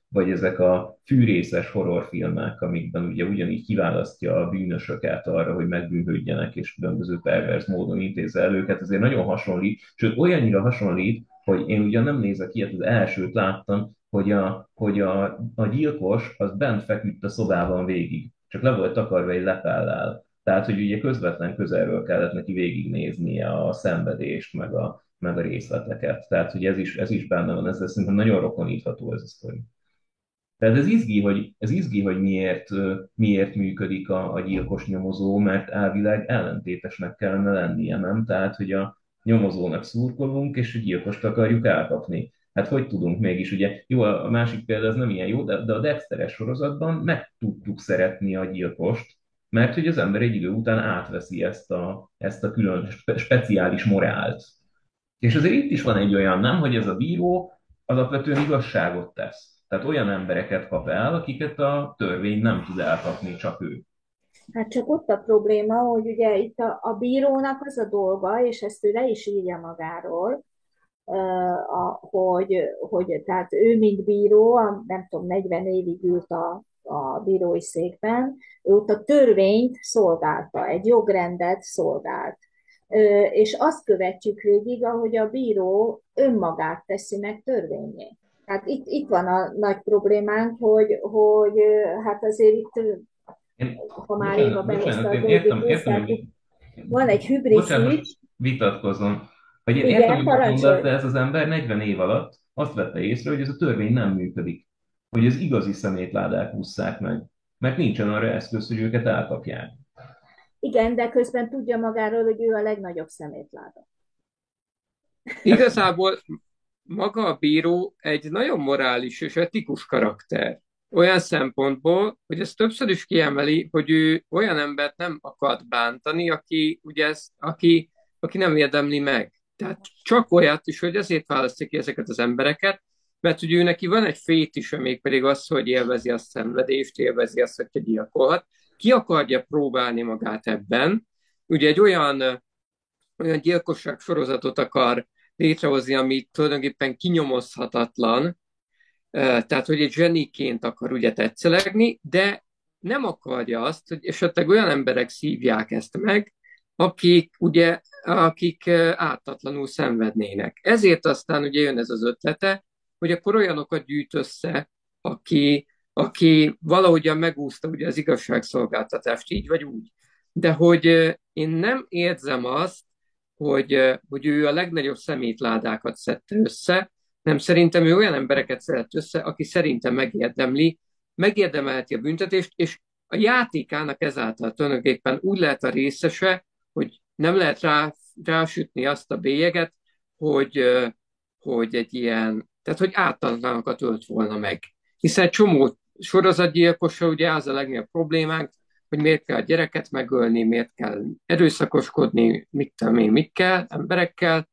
vagy ezek a fűrészes horrorfilmek, amikben ugye ugyanígy kiválasztja a bűnösöket arra, hogy megbűnhődjenek, és különböző pervers módon intézze el őket, azért nagyon hasonlít, sőt olyannyira hasonlít, hogy én ugyan nem nézek ilyet, az elsőt láttam, hogy a, hogy a, a gyilkos az bent feküdt a szobában végig, csak le volt takarva egy lepellel. Tehát, hogy ugye közvetlen közelről kellett neki végignéznie a szenvedést, meg a, meg a részleteket. Tehát, hogy ez is, ez is benne van, ez szerintem nagyon rokonítható ez a sztori. Tehát ez izgi, hogy, ez izgi, hogy miért, miért működik a, a gyilkos nyomozó, mert elvileg ellentétesnek kellene lennie, nem? Tehát, hogy a nyomozónak szurkolunk, és a gyilkost akarjuk elkapni. Hát hogy tudunk mégis, ugye, jó, a másik példa ez nem ilyen jó, de, de a Dexteres sorozatban meg tudtuk szeretni a gyilkost, mert hogy az ember egy idő után átveszi ezt a, ezt a külön spe, speciális morált. És azért itt is van egy olyan, nem, hogy ez a bíró alapvetően igazságot tesz. Tehát olyan embereket kap el, akiket a törvény nem tud elkapni, csak ő. Hát csak ott a probléma, hogy ugye itt a, a bírónak az a dolga, és ezt ő le is írja magáról, a, hogy, hogy tehát ő, mint bíró, a, nem tudom, negyven évig ült a, a bírói székben, ő ott a törvényt szolgálta, egy jogrendet szolgált. És azt követjük végig, ahogy a bíró önmagát teszi meg törvényé. Tehát itt, itt van a nagy problémánk, hogy, hogy hát azért itt, Én, ha már Éva bocsánat, behozta bocsánat, a én értem, dolgot, értem, tehát hogy van egy hübrisz bocsánat, ügy. vitatkozom. Hogy én értem, Igen, hogy mit mondasz, parancsolj. de ez az ember negyven év alatt azt vette észre, hogy ez a törvény nem működik. Hogy az igazi szemétládák ússzák meg. Mert nincsen arra eszköz, hogy őket elkapják. Igen, de közben tudja magáról, hogy ő a legnagyobb szemétláda. Igazából maga a bíró egy nagyon morális és etikus karakter. Olyan szempontból, hogy ez többször is kiemeli, hogy ő olyan embert nem akar bántani, aki, ugye ez, aki, aki nem érdemli meg. Tehát csak olyat is, hogy ezért választja ki ezeket az embereket, mert ugye ő neki van egy fétise, mégpedig az, hogy élvezi a szenvedést, élvezi azt, hogy gyilkolhat. Ki akarja próbálni magát ebben. Ugye egy olyan, olyan gyilkosság sorozatot akar létrehozni, ami tulajdonképpen kinyomozhatatlan, tehát hogy egy zseniként akar ugye tetszelegni, de nem akarja azt, hogy esetleg olyan emberek szívják ezt meg, akik ugye, akik ártatlanul szenvednének. Ezért aztán ugye jön ez az ötlete, hogy akkor olyanokat gyűjt össze, aki, aki valahogyan megúszta ugye az igazságszolgáltatást, így vagy úgy. De hogy én nem érzem azt, hogy, hogy ő a legnagyobb szemétládákat szedte össze, nem, szerintem ő olyan embereket szedett össze, aki szerintem megérdemli, megérdemelheti a büntetést, és a játékának ezáltal tulajdonképpen úgy lehet a részese, hogy nem lehet rá, rásütni azt a bélyeget, hogy, hogy egy ilyen, tehát hogy ártatlanokat ölt volna meg. Hiszen egy csomó sorozatgyilkosa, ugye az a legnagyobb problémánk, hogy miért kell a gyereket megölni, miért kell erőszakoskodni, mit tudom én, mit kell, emberekkel.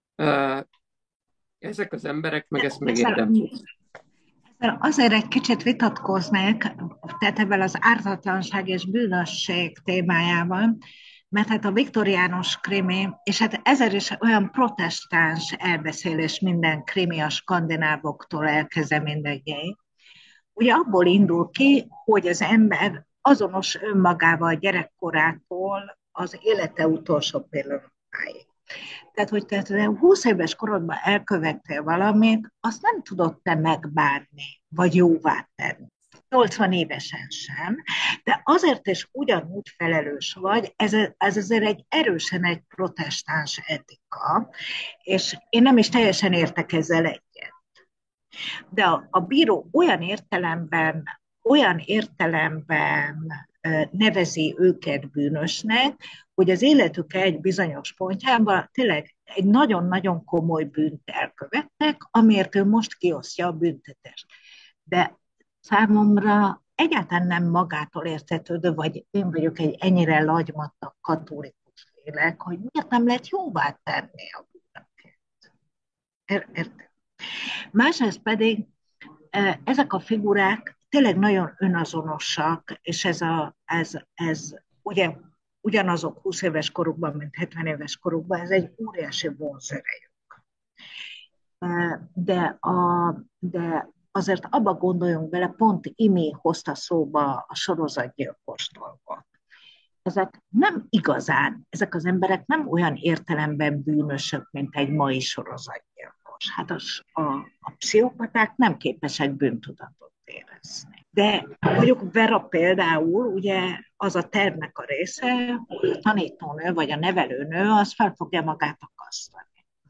Ezek az emberek meg ezt megérdemlik. Azért egy kicsit vitatkoznék, tehát ebben az ártatlanság és bűnösség témájában, mert hát a viktoriánus krimi, és hát ezért is olyan protestáns elbeszélés minden krimi a skandinávoktól elkezdve mindegyéig. Ugye abból indul ki, hogy az ember azonos önmagával gyerekkorától az élete utolsó pillanatáig. Tehát, hogy te húsz éves korodban elkövettél valamit, azt nem tudod te megbánni, vagy jóvá tenni. nyolcvan évesen sem, de azért is ugyanúgy felelős vagy, ez, ez azért egy erősen egy protestáns etika, és én nem is teljesen értek ezzel egyet. De a, a bíró olyan értelemben, olyan értelemben nevezi őket bűnösnek, hogy az életük egy bizonyos pontjában tényleg egy nagyon-nagyon komoly bűnt elkövettek, amiért ő most kiosztja a büntetést. De számomra egyáltalán nem magától értetődő, vagy én vagyok egy ennyire lagymatag katolikus lélek, hogy miért nem lehet jóvá tenni a bűnöket. Érted? Másrészt pedig ezek a figurák tényleg nagyon önazonosak, és ez, a, ez, ez ugye ugyanazok húsz éves korukban, mint hetven éves korukban, ez egy óriási vonzerejük. De, a, de azért abba gondoljunk bele, pont Imi hozta szóba a sorozatgyilkos dolgot. Ezek nem igazán, ezek az emberek nem olyan értelemben bűnösök, mint egy mai sorozatgyilkos. Hát az, a, a pszichopaták nem képesek bűntudatot érezni. De mondjuk Vera például, ugye az a tervnek a része, hogy a tanítónő vagy a nevelőnő, az fel fogja magát akasztani.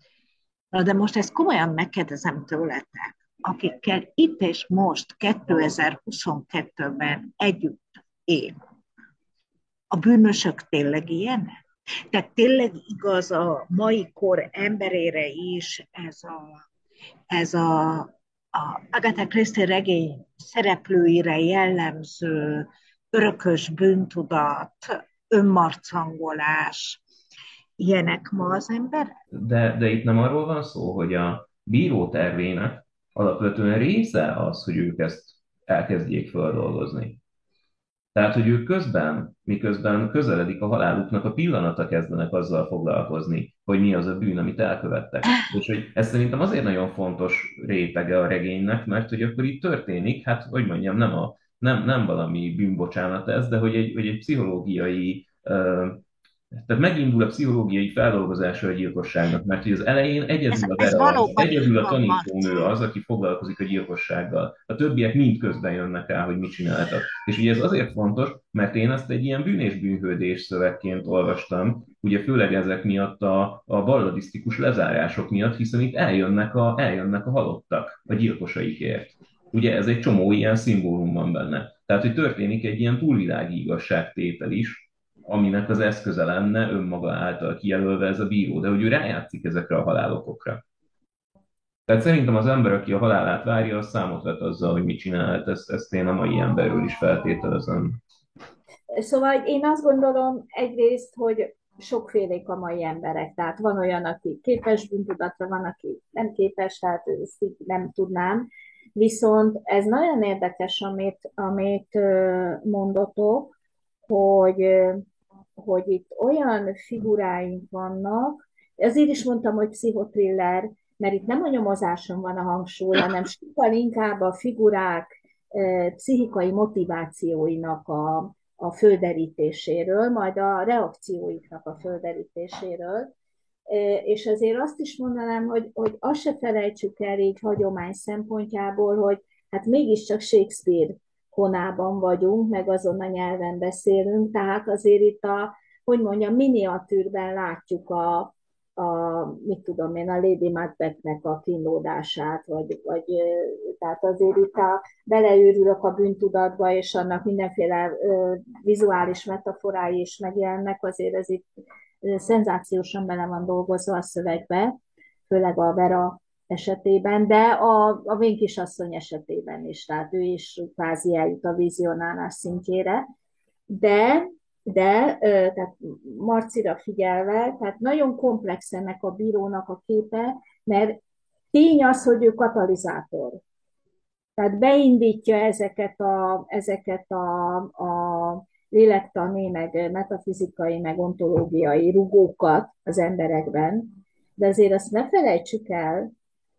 Na de most ezt komolyan megkérdezem tőletek, akikkel itt és most kétezer-huszonkettőben együtt élünk. A bűnösök tényleg ilyenek? Tehát tényleg igaz a mai kor emberére is ez a, ez a, a Agatha Christie regény szereplőire jellemző örökös bűntudat, önmarcangolás, ilyenek ma az ember? De, de itt nem arról van szó, hogy a bíró tervének alapvetően része az, hogy ők ezt elkezdjék feldolgozni. Tehát, hogy ők közben, miközben közeledik a haláluknak a pillanata, kezdenek azzal foglalkozni, hogy mi az a bűn, amit elkövettek. És hogy ez szerintem azért nagyon fontos rétege a regénynek, mert hogy akkor itt történik, hát hogy mondjam, nem, a, nem, nem valami bűnbocsánat ez, de hogy egy, hogy egy pszichológiai, uh, tehát megindul a pszichológiai feldolgozása a gyilkosságnak, mert hogy az elején egyedül a Vera, egyedül a tanítónő az, aki foglalkozik a gyilkossággal. A többiek mind közben jönnek el, hogy mit csináltak. És ugye ez azért fontos, mert én ezt egy ilyen bűn és bűnhődés szövegként olvastam, ugye főleg ezek miatt a, a balladisztikus lezárások miatt, hiszen itt eljönnek a, eljönnek a halottak a gyilkosaikért. Ugye ez egy csomó ilyen szimbólum van benne. Tehát, hogy történik egy ilyen túlvilági igazságtétel is, aminek az eszköze lenne önmaga által kijelölve ez a bíró, de hogy ő rájátszik ezekre a halálokokra. Tehát szerintem az ember, aki a halálát várja, az számot vet azzal, hogy mit csinált, ezt, ezt én a mai emberről is feltételezem. Szóval én azt gondolom egyrészt, hogy sokfélék a mai emberek, tehát van olyan, aki képes bűntudatra, van, aki nem képes, tehát ezt így nem tudnám. Viszont ez nagyon érdekes, amit, amit mondotok, hogy hogy itt olyan figuráink vannak, ezért is mondtam, hogy pszichotriller, mert itt nem a nyomozáson van a hangsúly, hanem sokkal inkább a figurák e, pszichikai motivációinak a, a földerítéséről, majd a reakcióiknak a földerítéséről. E, és azért azt is mondanám, hogy, hogy azt se felejtsük el így hagyomány szempontjából, hogy hát mégiscsak Shakespeare honában vagyunk, meg azon a nyelven beszélünk, tehát azért itt a, hogy mondjam, miniatűrben látjuk a, a mit tudom én, a Lady Macbethnek a kínlódását, vagy, vagy tehát azért itt a, beleőrülök a bűntudatba, és annak mindenféle ö, vizuális metaforái is megjelennek, azért ez itt ö, szenzációsan bele van dolgozva a szövegbe, főleg a Vera esetében, de a, a Vén kisasszony esetében is, tehát ő is kvázi eljut a vizionálás szintjére, de, de tehát Marcira figyelve, tehát nagyon komplex ennek a bírónak a képe, mert tény az, hogy ő katalizátor. Tehát beindítja ezeket a, ezeket a, a lélektani, meg metafizikai, meg ontológiai rugókat az emberekben, de azért azt ne felejtsük el,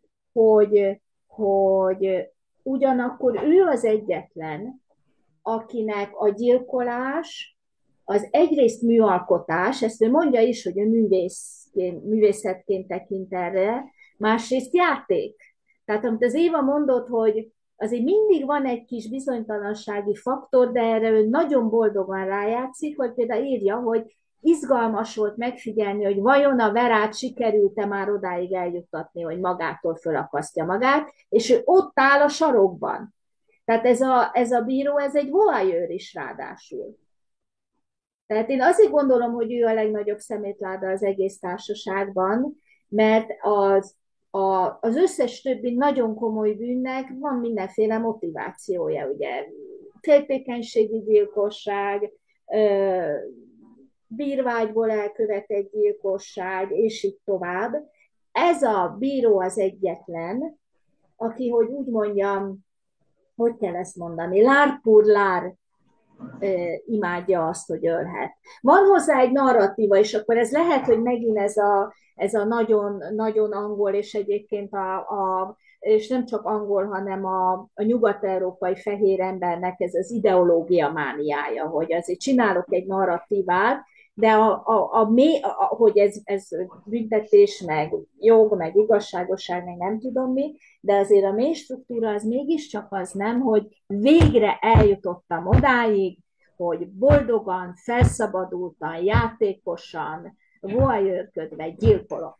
hogy, hogy ugyanakkor ő az egyetlen, akinek a gyilkolás az egyrészt műalkotás, ezt ő mondja is, hogy ő művészként, művészetként tekint erre, másrészt játék. Tehát amit az Éva mondott, hogy azért mindig van egy kis bizonytalansági faktor, de erre ő nagyon boldogan rájátszik, hogy például írja, hogy izgalmas volt megfigyelni, hogy vajon a Verát sikerült-e már odáig eljuttatni, hogy magától fölakasztja magát, és ő ott áll a sarokban. Tehát ez a, ez a bíró, ez egy voyeur is ráadásul. Tehát én azért gondolom, hogy ő a legnagyobb szemétláda az egész társaságban, mert az, a, az összes többi nagyon komoly bűnnek van mindenféle motivációja, ugye féltékenységi gyilkosság, bírvágyból elkövetett gyilkosság, és így tovább. Ez a bíró az egyetlen, aki, hogy úgy mondjam, hogy kell ezt mondani, lár pur lár imádja azt, hogy ölhet. Van hozzá egy narratíva, és akkor ez lehet, hogy megint ez a, ez a nagyon, nagyon angol, és egyébként a, a, és nem csak angol, hanem a, a nyugat-európai fehér embernek ez az ideológia mániája, hogy azért csinálok egy narratívát, de a, a, a mély, a, hogy ez, ez büntetés, meg jog, meg igazságosság, meg nem tudom mi, de azért a mély struktúra az mégiscsak az nem, hogy végre eljutottam odáig, hogy boldogan, felszabadultan, játékosan, voyeurködve gyilkolok.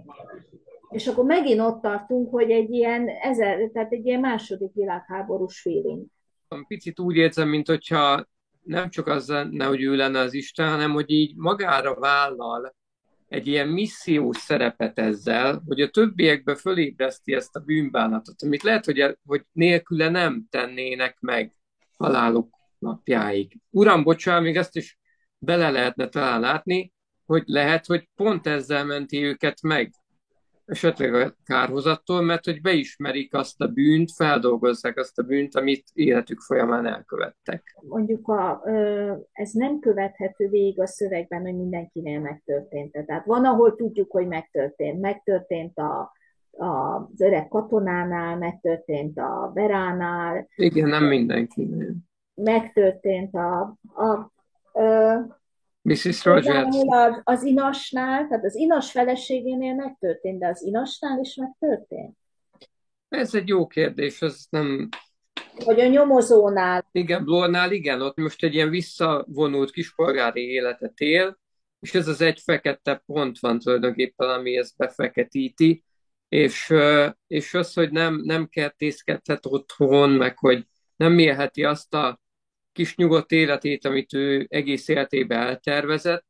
És akkor megint ott tartunk, hogy egy ilyen, ezer, tehát egy ilyen második világháborús feeling. Picit úgy érzem, mint hogyha nem csak az lenne, hogy ő lenne az Isten, hanem hogy így magára vállal egy ilyen missziós szerepet ezzel, hogy a többiekbe fölébreszti ezt a bűnbánatot, amit lehet, hogy, hogy nélküle nem tennének meg haláluk napjáig. Uram, bocsánat, még ezt is bele lehetne talán látni, hogy lehet, hogy pont ezzel menti őket meg, esetleg a kárhozattól, mert hogy beismerik azt a bűnt, feldolgozzák azt a bűnt, amit életük folyamán elkövettek. Mondjuk a, ez nem követhető végig a szövegben, hogy mindenkinél megtörtént. Tehát van, ahol tudjuk, hogy megtörtént. Megtörtént a, a, az öreg katonánál, megtörtént a Beránál. Igen, nem mindenkinél. Megtörtént a... a, a missziz Rogers. Az, az Inasnál, tehát az Inas feleségénél megtörtént, de az Inasnál is megtörtént. Ez egy jó kérdés, ez nem... Vagy a nyomozónál. Igen, Blornál igen, ott most egy ilyen visszavonult kispolgári életet él, és ez az egy fekete pont van tulajdonképpen, ami ezt befeketíti, és, és az, hogy nem, nem kertészkedhet otthon, meg hogy nem élheti azt a kis nyugodt életét, amit ő egész életében eltervezett,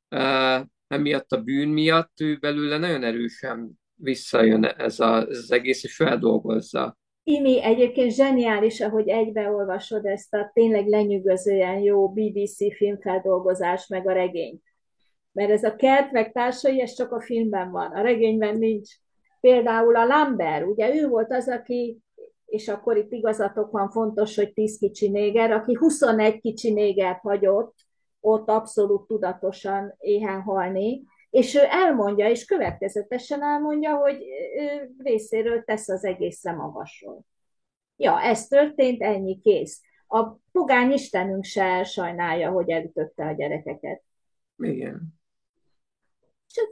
emiatt a bűn miatt ő belőle nagyon erősen visszajön ez, a, ez az egész, és feldolgozza. Imi, egyébként zseniális, ahogy egybeolvasod ezt a tényleg lenyűgözően jó bé bé cé filmfeldolgozás meg a regényt. Mert ez a kert meg társai, ez csak a filmben van, a regényben nincs. Például a Lambert, ugye ő volt az, aki, és akkor itt igazatok van, fontos, hogy tíz kicsi néger, aki huszonegy kicsi négert hagyott ott abszolút tudatosan éhen halni, és ő elmondja, és következetesen elmondja, hogy ő részéről tesz az egészre magasról. Ja, ez történt, ennyi, kész. A pogány istenünk se sajnálja, hogy elütötte a gyerekeket. Igen. Csak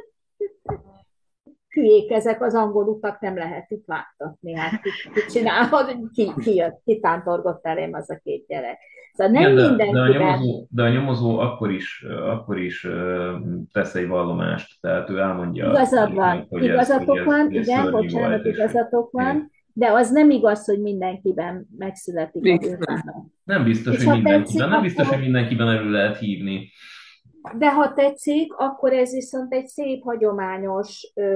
hülyék ezek az angol utak, nem lehet itt vágtatni. Hát ki, ki csinálhat, ki, ki jött, ki tántorgott elém az a két gyerek. Szóval nem Igen, de, mindenkiben... de, a nyomozó, de a nyomozó akkor is, akkor is uh, tesz egy vallomást, tehát ő elmondja... Igazad van, hogy igazatok ez, van, hogy ez, igen, bocsánat, igazatok van, de az nem igaz, hogy mindenkiben megszületik a bűnbánat. Nem biztos, hogy mindenkiben, nem biztos, hogy mindenkiben elő lehet hívni. De ha tetszik, akkor ez viszont egy szép hagyományos ö,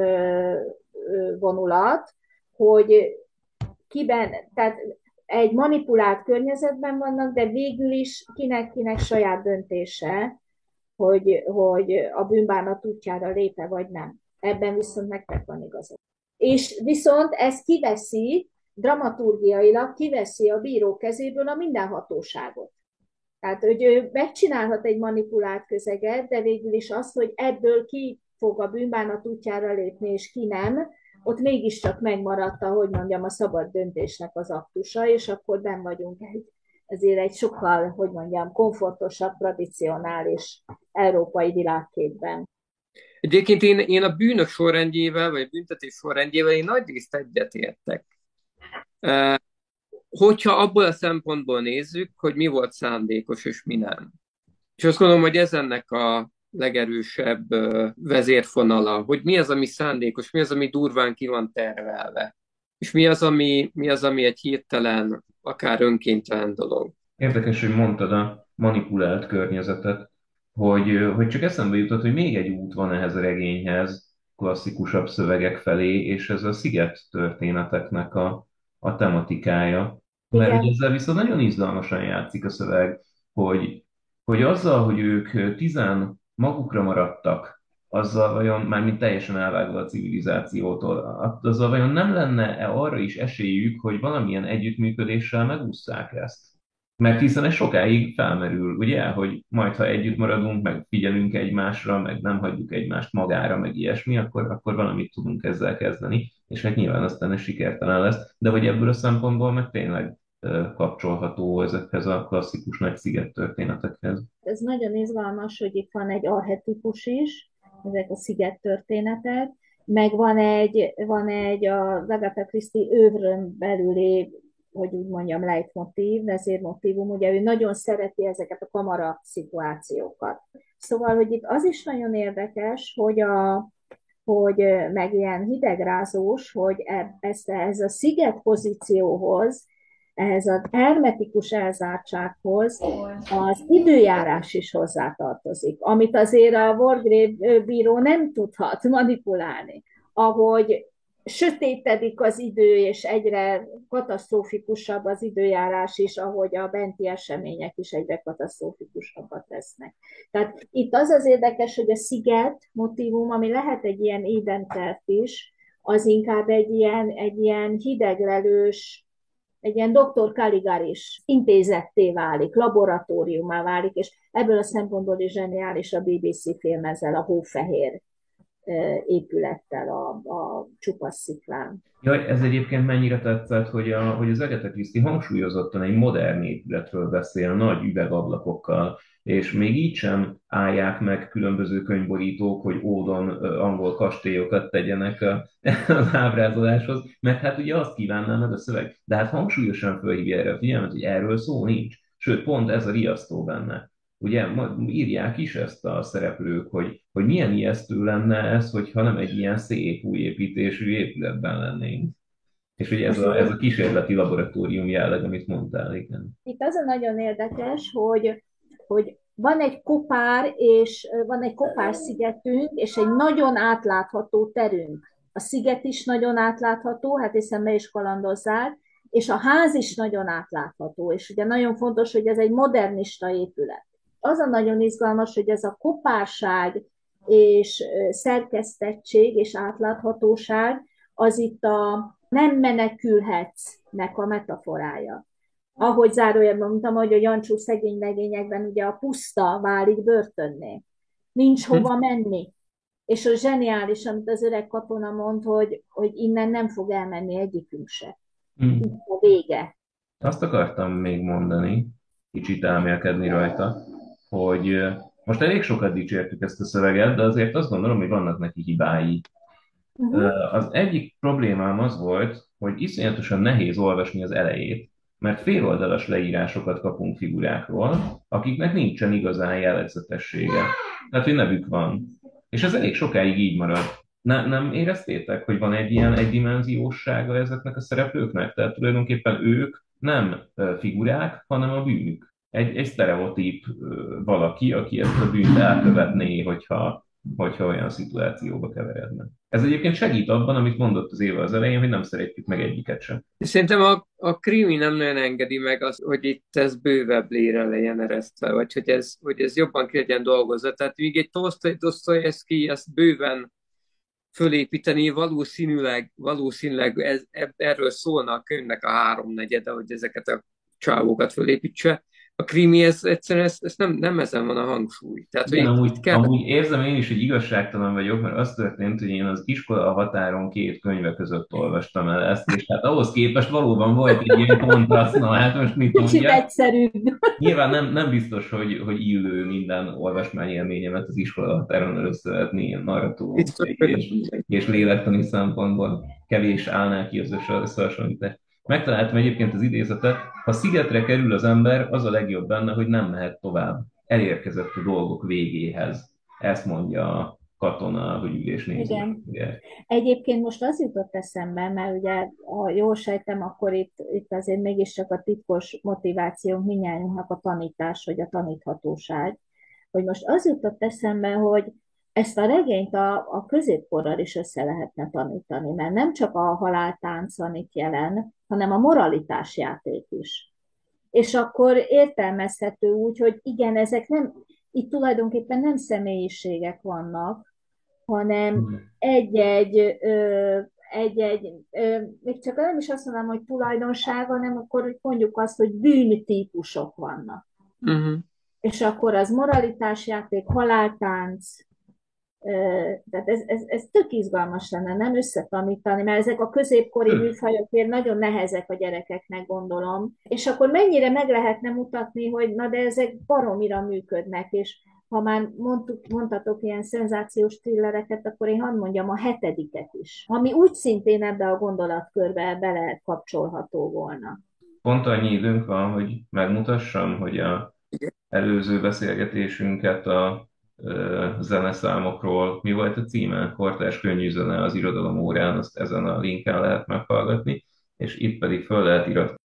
ö, vonulat, hogy kiben, tehát egy manipulált környezetben vannak, de végül is kinek-kinek saját döntése, hogy, hogy a bűnbánat útjára lépe vagy nem. Ebben viszont nektek van igazad. És viszont ez kiveszi, dramaturgiailag kiveszi a bíró kezéből a mindenhatóságot. Tehát, hogy ő megcsinálhat egy manipulált közeget, de végül is az, hogy ebből ki fog a bűnbánat útjára lépni, és ki nem, ott mégiscsak megmaradt, hogy mondjam, a szabad döntésnek az aktusa, és akkor benn vagyunk egy, ezért egy sokkal, hogy mondjam, komfortosabb, tradicionális európai világképben. Egyébként én, én a bűnök sorrendjével, vagy a büntetés sorrendjével én nagy részt egyetértek. Uh, hogyha abból a szempontból nézzük, hogy mi volt szándékos, és mi nem. És azt gondolom, hogy ez ennek a legerősebb uh, vezérfonala, hogy mi az, ami szándékos, mi az, ami durván ki van tervelve, és mi az, ami, mi az, ami egy hirtelen, akár önkéntelen dolog. Érdekes, hogy mondtad a manipulált környezetet, hogy, hogy csak eszembe jutott, hogy még egy út van ehhez a regényhez, klasszikusabb szövegek felé, és ez a sziget történeteknek a, a tematikája. Mert ugye ezzel viszont nagyon izgalmasan játszik a szöveg, hogy, hogy azzal, hogy ők tizen magukra maradtak, azzal vajon, mármint teljesen elvágva a civilizációtól, azzal vajon nem lenne-e arra is esélyük, hogy valamilyen együttműködéssel megússzák ezt? Mert hiszen ez sokáig felmerül, ugye, hogy majd, ha együtt maradunk, meg figyelünk egymásra, meg nem hagyjuk egymást magára, meg ilyesmi, akkor, akkor valamit tudunk ezzel kezdeni, és hát nyilván aztán ez sikertelen lesz, de hogy ebből a szempontból meg tényleg ö, kapcsolható ezekhez a klasszikus nagy sziget történetekhez. Ez nagyon izgalmas, hogy itt van egy archetipus is, ezek a sziget történetek, meg van egy, van egy a Agatha Christie ővrön belüli, hogy úgy mondjam, leitmotív, vezérmotívum, ugye ő nagyon szereti ezeket a kamara szituációkat. Szóval, hogy itt az is nagyon érdekes, hogy a, hogy meg ilyen hidegrázós, hogy ezt, ez a sziget pozícióhoz, ehhez az hermetikus elzártsághoz az időjárás is hozzátartozik, amit azért a Wargrave bíró nem tudhat manipulálni. Ahogy sötétedik az idő, és egyre katasztrófikusabb az időjárás is, ahogy a benti események is egyre katasztrófikusabbak lesznek. Tehát itt az az érdekes, hogy a sziget motívum, ami lehet egy ilyen édentert is, az inkább egy ilyen, egy ilyen hidegrelős, egy ilyen doktor Caligaris intézetté válik, laboratóriumá válik, és ebből a szempontból is zseniális a bé bé cé film ezzel a hófehér épülettel a, a csupasz sziklán. Jaj, ez egyébként mennyire tetszett, hogy, a, hogy az Agatha Christie hangsúlyozottan egy modern épületről beszél, nagy üvegablakokkal, és még így sem állják meg különböző könyvborítók, hogy ódon angol kastélyokat tegyenek az ábrázoláshoz, mert hát ugye azt kívánnál meg a szöveg, de hát hangsúlyosan felhívja erre a figyelmet, hogy erről szó nincs. Sőt, pont ez a riasztó benne. Ugye írják is ezt a szereplők, hogy, hogy milyen ijesztő lenne ez, hogyha nem egy ilyen szép új építésű épületben lennénk. És ugye ez a, ez a kísérleti laboratórium jelleg, amit mondtál, igen. Itt az a nagyon érdekes, hogy, hogy van egy kopár, és van egy kopár szigetünk, és egy nagyon átlátható terünk. A sziget is nagyon átlátható, hát hiszen be is kalandozzál, és a ház is nagyon átlátható, és ugye nagyon fontos, hogy ez egy modernista épület. Az a nagyon izgalmas, hogy ez a kopárság és szerkesztettség és átláthatóság, az itt a nem menekülhetsz-nek a metaforája. Ahogy zárójelben mondtam, hogy a Jancsó szegény legényekben ugye a puszta válik börtönné. Nincs hova menni. És az zseniális, amit az öreg katona mond, hogy, hogy innen nem fog elmenni egyikünk se. Hmm. Itt a vége. Azt akartam még mondani, kicsit elmélkedni rajta, hogy most elég sokat dicsértük ezt a szöveget, de azért azt gondolom, hogy vannak neki hibái. Uh-huh. Az egyik problémám az volt, hogy iszonyatosan nehéz olvasni az elejét, mert féloldalas leírásokat kapunk figurákról, akiknek nincsen igazán jellegzetessége. Tehát, hogy nevük van. És ez elég sokáig így marad. Ne, nem éreztétek, hogy van egy ilyen egydimenzióssága ezeknek a szereplőknek? Tehát tulajdonképpen ők nem figurák, hanem a bűnük. Egy, egy sztereotíp valaki, aki ezt a bűnt elkövetné, hogyha, hogyha olyan szituációba keveredne. Ez egyébként segít abban, amit mondott az Éva az elején, hogy nem szeretjük meg egyiket sem. Szerintem a, a krimi nem nagyon engedi meg azt, hogy itt ez bővebb lére legyen eresztve, vagy hogy ez, hogy ez jobban ki legyen dolgozva. Tehát míg egy Dostoyevsky ezt bőven fölépíteni, valószínűleg, valószínűleg ez, erről szólna a könyvnek a háromnegyede, hogy ezeket a csávókat fölépítse. A krimi, ez egyszerűen ez, ez nem, nem ezen van a hangsúly. Tehát, igen, hogy amúgy, itt kell... amúgy érzem én is, hogy igazságtalan vagyok, mert az történt, hogy én az iskola határon két könyve között olvastam el ezt, és hát ahhoz képest valóban volt egy ilyen kontraszt, na hát most mit mondjak. Kicsit egyszerűbb. Nyilván nem, nem biztos, hogy, hogy illő minden olvasmányélményemet az iskola határon összevetni ilyen narratológiai és, és lélektani szempontból. Kevés állná ki az összehasonlítás. Megtaláltam egyébként az idézetet, ha szigetre kerül az ember, az a legjobb benne, hogy nem mehet tovább. Elérkezett a dolgok végéhez. Ezt mondja a katona, hogy ülés néző. Igen. Igen. Egyébként most az jutott eszembe, mert ugye, ha jól sejtem, akkor itt, itt azért mégiscsak a titkos motivációnk mindnyájunknak a tanítás, vagy a taníthatóság. Hogy most az jutott eszembe, hogy ezt a regényt a, a középkorral is össze lehetne tanítani, mert nem csak a haláltánc van itt jelen, hanem a moralitás játék is. És akkor értelmezhető úgy, hogy igen, ezek nem, itt tulajdonképpen nem személyiségek vannak, hanem egy-egy ö, egy-egy, még csak nem is azt mondom, hogy tulajdonság, hanem akkor mondjuk azt, hogy bűntípusok vannak. Uh-huh. És akkor az moralitásjáték, haláltánc, tehát ez, ez, ez tök izgalmas lenne, nem összetanítani, mert ezek a középkori műfajokért nagyon nehezek a gyerekeknek, gondolom. És akkor mennyire meg lehetne mutatni, hogy na de ezek baromira működnek, és ha már mondtuk, mondtatok ilyen szenzációs thrillereket, akkor én hadd mondjam a hetediket is, ami úgy szintén ebbe a gondolatkörbe bele kapcsolható volna. Pont annyi időnk van, hogy megmutassam, hogy a előző beszélgetésünket a ö, zeneszámokról, mi volt a címe? Kortárs könnyű zene az irodalom órán, azt ezen a linken lehet meghallgatni, és itt pedig föl lehet iratkozni